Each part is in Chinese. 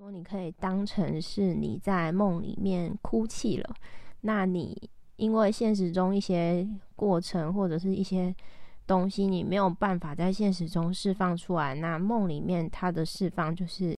说你可以当成是你在梦里面哭泣了，那你因为现实中一些过程或者是一些东西你没有办法在现实中释放出来，那梦里面它的释放就是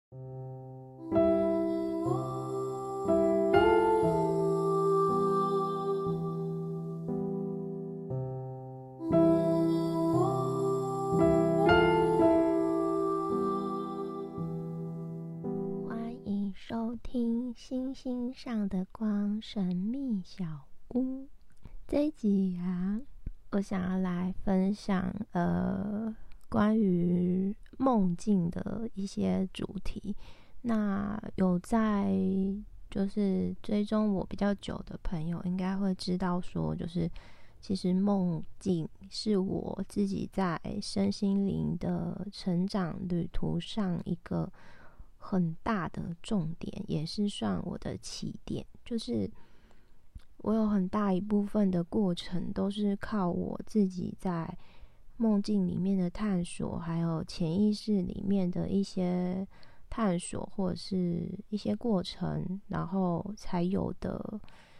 收听星星上的光神秘小屋。这一集我想要来分享关于梦境的一些主题。那有在就是追踪我比较久的朋友应该会知道说，就是其实梦境是我自己在身心灵的成长旅途上一个很大的重点，也是算我的起点。就是我有很大一部分的过程都是靠我自己在梦境里面的探索，还有潜意识里面的一些探索或者是一些过程，然后才有的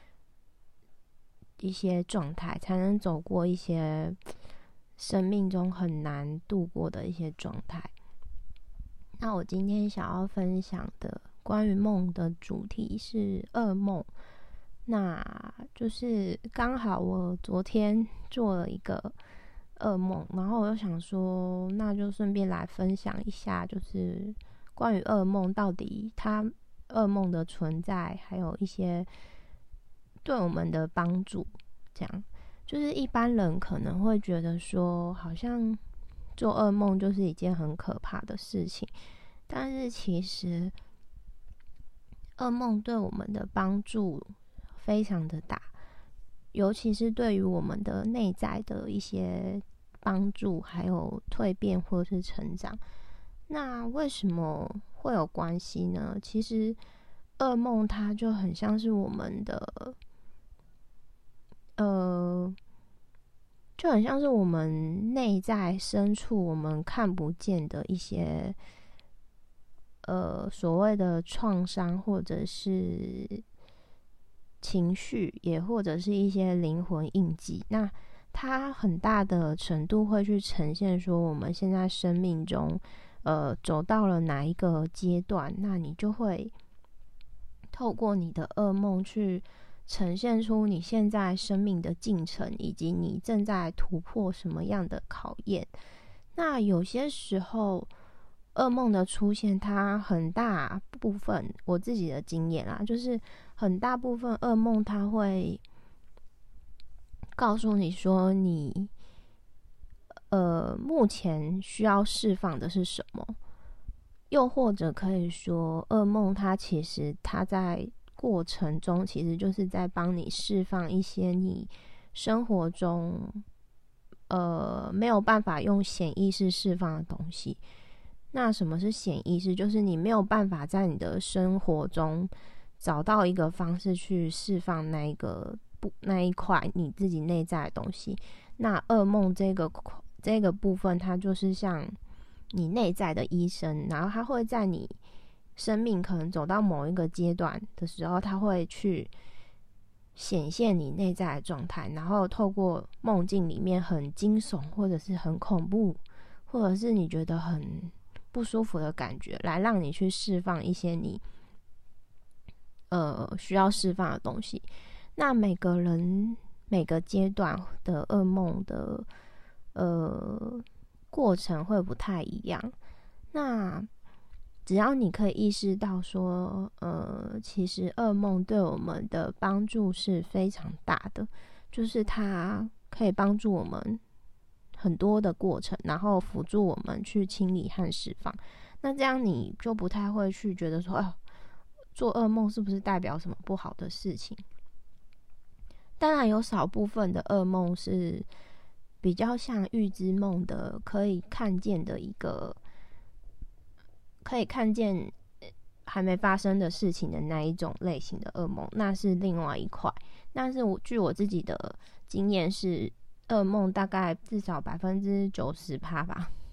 一些状态，才能走过一些生命中很难度过的一些状态。那我今天想要分享的关于梦的主题是噩梦。那就是刚好我昨天做了一个噩梦，然后我就想说那就顺便来分享一下，就是关于噩梦到底它噩梦的存在还有一些对我们的帮助。这样就是一般人可能会觉得说好像做噩梦就是一件很可怕的事情，但是其实噩梦对我们的帮助非常的大，尤其是对于我们的内在的一些帮助还有蜕变或是成长。那为什么会有关系呢？其实噩梦它就很像是我们的就很像是我们内在深处我们看不见的一些所谓的创伤，或者是情绪，也或者是一些灵魂印记。那它很大的程度会去呈现说我们现在生命中走到了哪一个阶段，那你就会透过你的噩梦去呈现出你现在生命的进程，以及你正在突破什么样的考验。那有些时候噩梦的出现，它很大部分我自己的经验就是很大部分噩梦它会告诉你说你目前需要释放的是什么，又或者可以说噩梦它其实它在过程中其实就是在帮你释放一些你生活中没有办法用显意识释放的东西。那什么是显意识？就是你没有办法在你的生活中找到一个方式去释放那一块你自己内在的东西。那噩梦这个部分，它就是像你内在的医生，然后它会在你生命可能走到某一个阶段的时候，它会去显现你内在的状态，然后透过梦境里面很惊悚或者是很恐怖，或者是你觉得很不舒服的感觉，来让你去释放一些你需要释放的东西。那每个人每个阶段的噩梦的过程会不太一样。那只要你可以意识到说其实噩梦对我们的帮助是非常大的，就是它可以帮助我们很多的过程，然后辅助我们去清理和释放。那这样你就不太会去觉得说做噩梦是不是代表什么不好的事情。当然有少部分的噩梦是比较像预知梦的，可以看见的一个可以看见还没发生的事情的那一种类型的噩梦，那是另外一块。但是据我自己的经验是，噩梦大概至少90%吧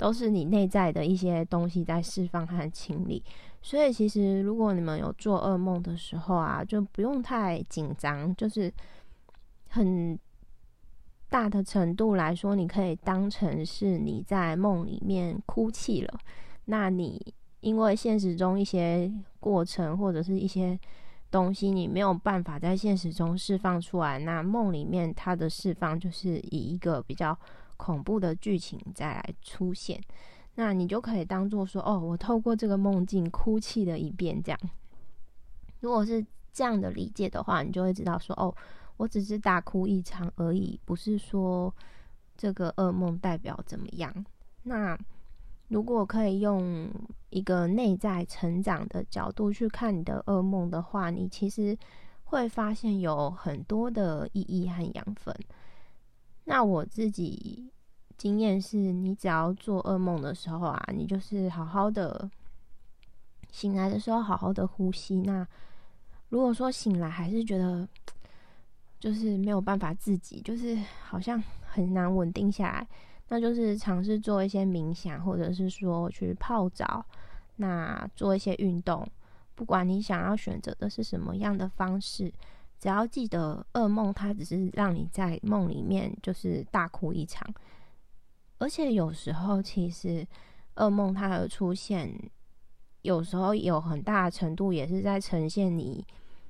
都是你内在的一些东西在释放和清理。所以其实如果你们有做噩梦的时候啊，就不用太紧张，就是很大的程度来说，你可以当成是你在梦里面哭泣了。那你因为现实中一些过程或者是一些东西你没有办法在现实中释放出来，那梦里面它的释放就是以一个比较恐怖的剧情再来出现。那你就可以当作说，我透过这个梦境哭泣了一遍这样。如果是这样的理解的话，你就会知道说，我只是大哭一场而已，不是说这个噩梦代表怎么样。那如果可以用一个内在成长的角度去看你的噩梦的话，你其实会发现有很多的意义和养分。那我自己经验是，你只要做噩梦的时候啊，你就是好好的醒来的时候好好的呼吸。那如果说醒来还是觉得就是没有办法自己，就是好像很难稳定下来，那就是尝试做一些冥想，或者是说去泡澡，那做一些运动。不管你想要选择的是什么样的方式，只要记得噩梦它只是让你在梦里面就是大哭一场。而且有时候其实噩梦它的出现，有时候有很大的程度也是在呈现你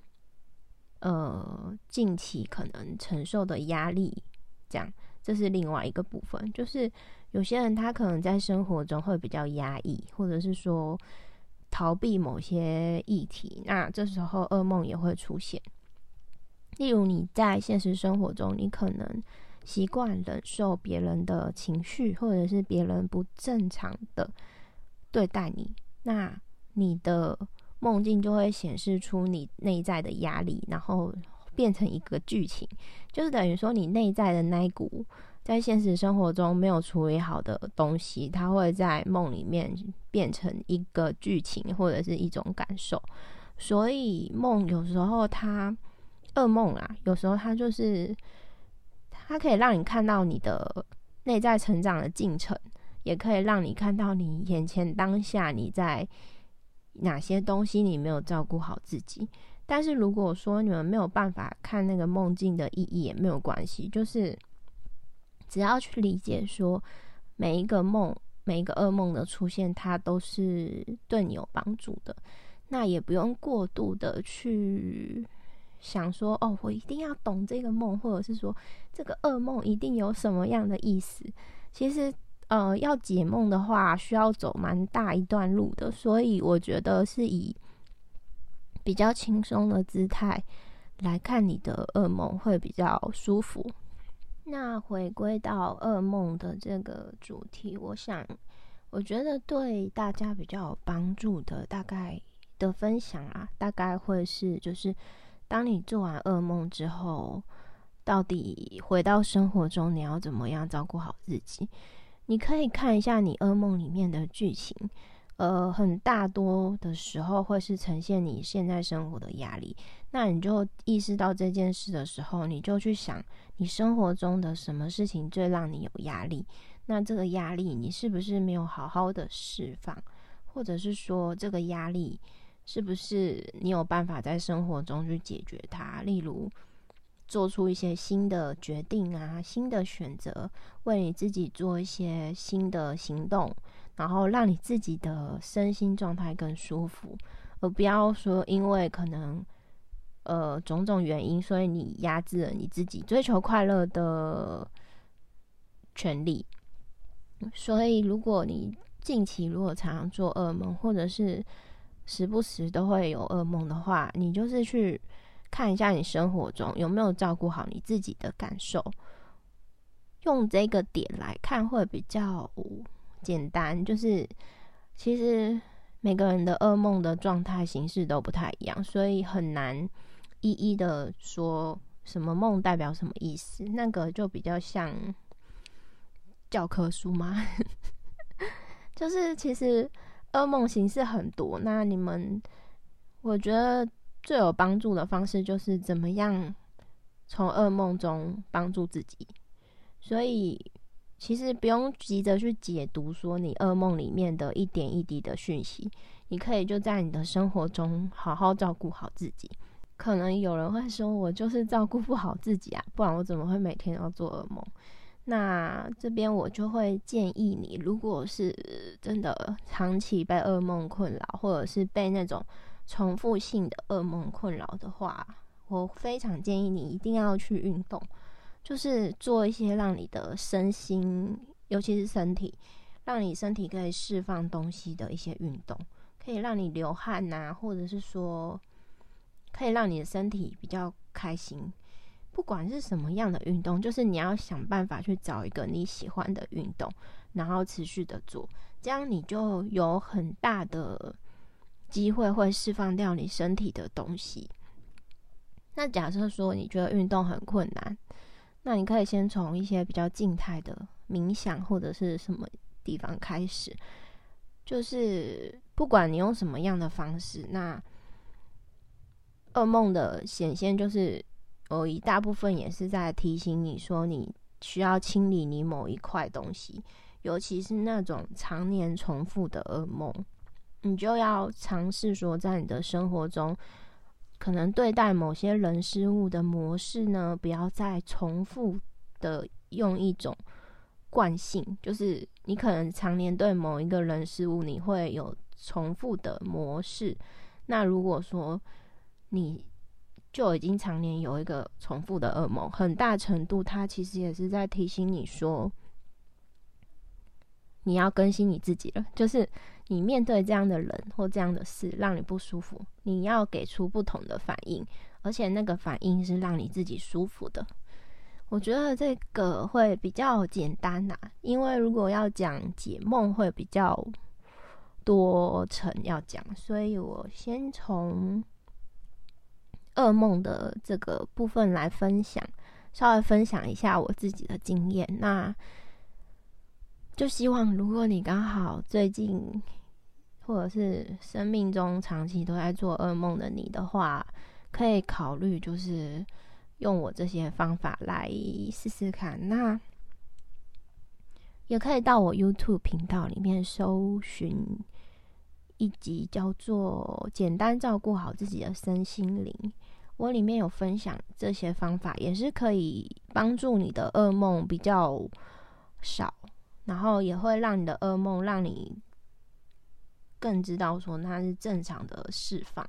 近期可能承受的压力，这样，这是另外一个部分。就是有些人他可能在生活中会比较压抑，或者是说逃避某些议题，那这时候噩梦也会出现。例如你在现实生活中，你可能习惯忍受别人的情绪，或者是别人不正常的对待你，那你的梦境就会显示出你内在的压力，然后变成一个剧情，就是等于说你内在的那一股在现实生活中没有處理好的东西，它会在梦里面变成一个剧情或者是一种感受。所以梦有时候噩梦啊，有时候它可以让你看到你的内在成长的进程，也可以让你看到你眼前当下你在哪些东西你没有照顾好自己。但是如果说你们没有办法看那个梦境的意义也没有关系，就是只要去理解说每一个梦每一个噩梦的出现它都是对你有帮助的。那也不用过度的去想说我一定要懂这个梦，或者是说这个噩梦一定有什么样的意思。其实要解梦的话需要走蛮大一段路的，所以我觉得是以比较轻松的姿态来看你的噩梦会比较舒服。那回归到噩梦的这个主题，我觉得对大家比较有帮助的大概的分享啊，大概会是就是当你做完噩梦之后，到底回到生活中你要怎么样照顾好自己。你可以看一下你噩梦里面的剧情，很大多的时候会是呈现你现在生活的压力。那你就意识到这件事的时候，你就去想你生活中的什么事情最让你有压力，那这个压力你是不是没有好好的释放，或者是说这个压力是不是你有办法在生活中去解决它，例如做出一些新的决定啊，新的选择，为你自己做一些新的行动，然后让你自己的身心状态更舒服，而不要说因为可能种种原因，所以你压制了你自己追求快乐的权利。所以如果你近期如果常常做噩梦，或者是时不时都会有噩梦的话，你就是去看一下你生活中有没有照顾好你自己的感受，用这个点来看会比较简单。就是其实每个人的噩梦的状态形式都不太一样，所以很难一一的说什么梦代表什么意思，那个就比较像教科书吗就是其实噩梦形式很多，那我觉得最有帮助的方式就是怎么样从噩梦中帮助自己。所以其实不用急着去解读说你噩梦里面的一点一滴的讯息，你可以就在你的生活中好好照顾好自己。可能有人会说，我就是照顾不好自己啊，不然我怎么会每天要做噩梦？那这边我就会建议你，如果是真的长期被噩梦困扰，或者是被那种重复性的噩梦困扰的话，我非常建议你一定要去运动，就是做一些让你的身心，尤其是身体，让你身体可以释放东西的一些运动，可以让你流汗啊，或者是说可以让你的身体比较开心。不管是什么样的运动，就是你要想办法去找一个你喜欢的运动，然后持续的做，这样你就有很大的机会会释放掉你身体的东西。那假设说你觉得运动很困难，那你可以先从一些比较静态的冥想或者是什么地方开始，就是不管你用什么样的方式，那噩梦的显现就是一大部分也是在提醒你说你需要清理你某一块东西，尤其是那种常年重复的噩梦，你就要尝试说在你的生活中可能对待某些人事物的模式呢，不要再重复的用一种惯性，就是你可能常年对某一个人事物你会有重复的模式，那如果说你就已经常年有一个重复的噩梦，很大程度它其实也是在提醒你说你要更新你自己了，就是你面对这样的人或这样的事让你不舒服，你要给出不同的反应，而且那个反应是让你自己舒服的。我觉得这个会比较简单啊，因为如果要讲解梦会比较多层要讲，所以我先从噩梦的这个部分来分享，稍微分享一下我自己的经验。那就希望如果你刚好最近或者是生命中长期都在做噩梦的你的话，可以考虑就是用我这些方法来试试看。那也可以到我 YouTube 频道里面搜寻一集叫做简单照顾好自己的身心灵，我里面有分享这些方法，也是可以帮助你的噩梦比较少，然后也会让你的噩梦让你更知道说它是正常的释放。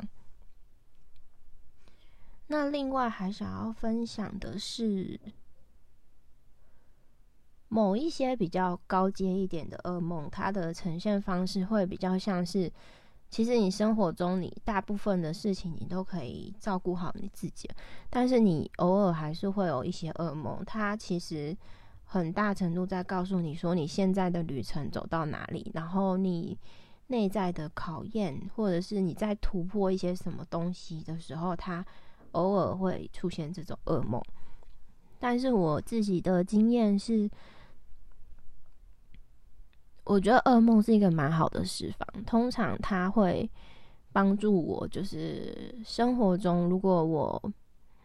那另外还想要分享的是某一些比较高阶一点的噩梦，它的呈现方式会比较像是其实你生活中你大部分的事情你都可以照顾好你自己，但是你偶尔还是会有一些噩梦，它其实很大程度在告诉你说你现在的旅程走到哪里，然后你内在的考验，或者是你在突破一些什么东西的时候，它偶尔会出现这种噩梦。但是我自己的经验是，我觉得噩梦是一个蛮好的释放，通常它会帮助我，就是生活中如果我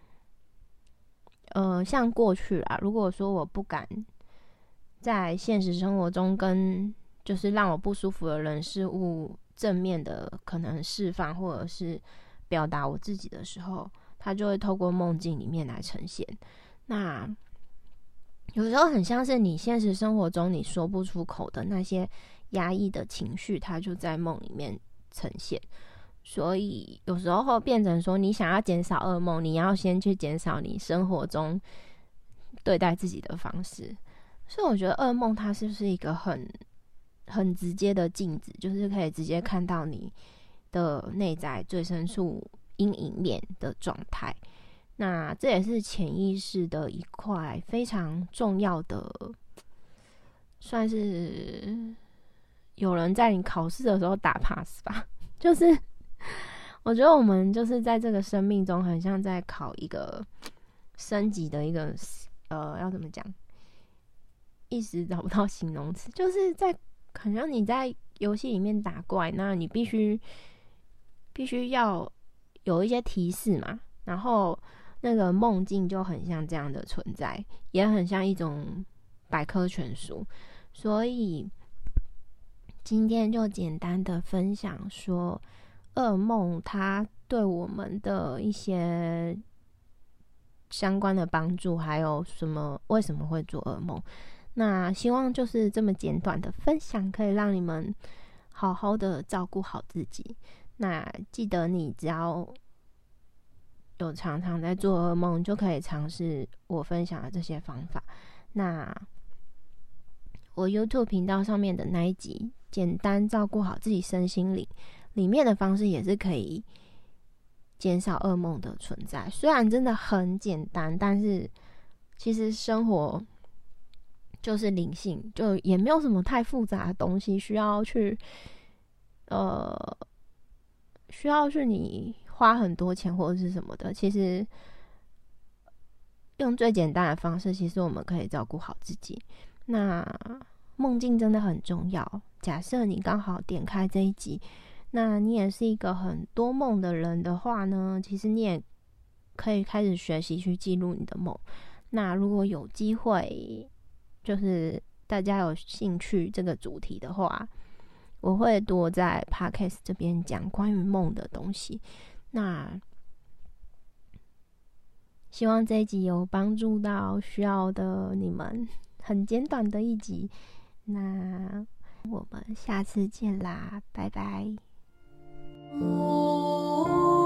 像过去啦，如果说我不敢在现实生活中跟就是让我不舒服的人事物正面的可能释放或者是表达我自己的时候，它就会透过梦境里面来呈现。那有时候很像是你现实生活中你说不出口的那些压抑的情绪，它就在梦里面呈现。所以有时候会变成说，你想要减少噩梦，你要先去减少你生活中对待自己的方式。所以我觉得噩梦它是不是一个很直接的镜子，就是可以直接看到你的内在最深处阴影面的状态。那这也是潜意识的一块非常重要的，算是有人在你考试的时候打 pass 吧。就是我觉得我们就是在这个生命中很像在考一个升级的一个要怎么讲，一时找不到形容词，就是在好像你在游戏里面打怪，那你必须要有一些提示嘛，然后那个梦境就很像这样的存在，也很像一种百科全书，所以今天就简单的分享说噩梦它对我们的一些相关的帮助，还有为什么会做噩梦。那希望就是这么简短的分享可以让你们好好的照顾好自己。那记得你只要有常常在做噩梦，就可以尝试我分享的这些方法。那我 YouTube 频道上面的那一集简单照顾好自己身心灵里面的方式也是可以减少噩梦的存在。虽然真的很简单，但是其实生活就是灵性，就也没有什么太复杂的东西需要去你花很多钱或者是什么的。其实用最简单的方式，其实我们可以照顾好自己。那梦境真的很重要。假设你刚好点开这一集，那你也是一个很多梦的人的话呢，其实你也可以开始学习去记录你的梦。那如果有机会，就是大家有兴趣这个主题的话，我会多在 Podcast 这边讲关于梦的东西。那希望这一集有帮助到需要的你们，很简短的一集。那我们下次见啦，拜拜。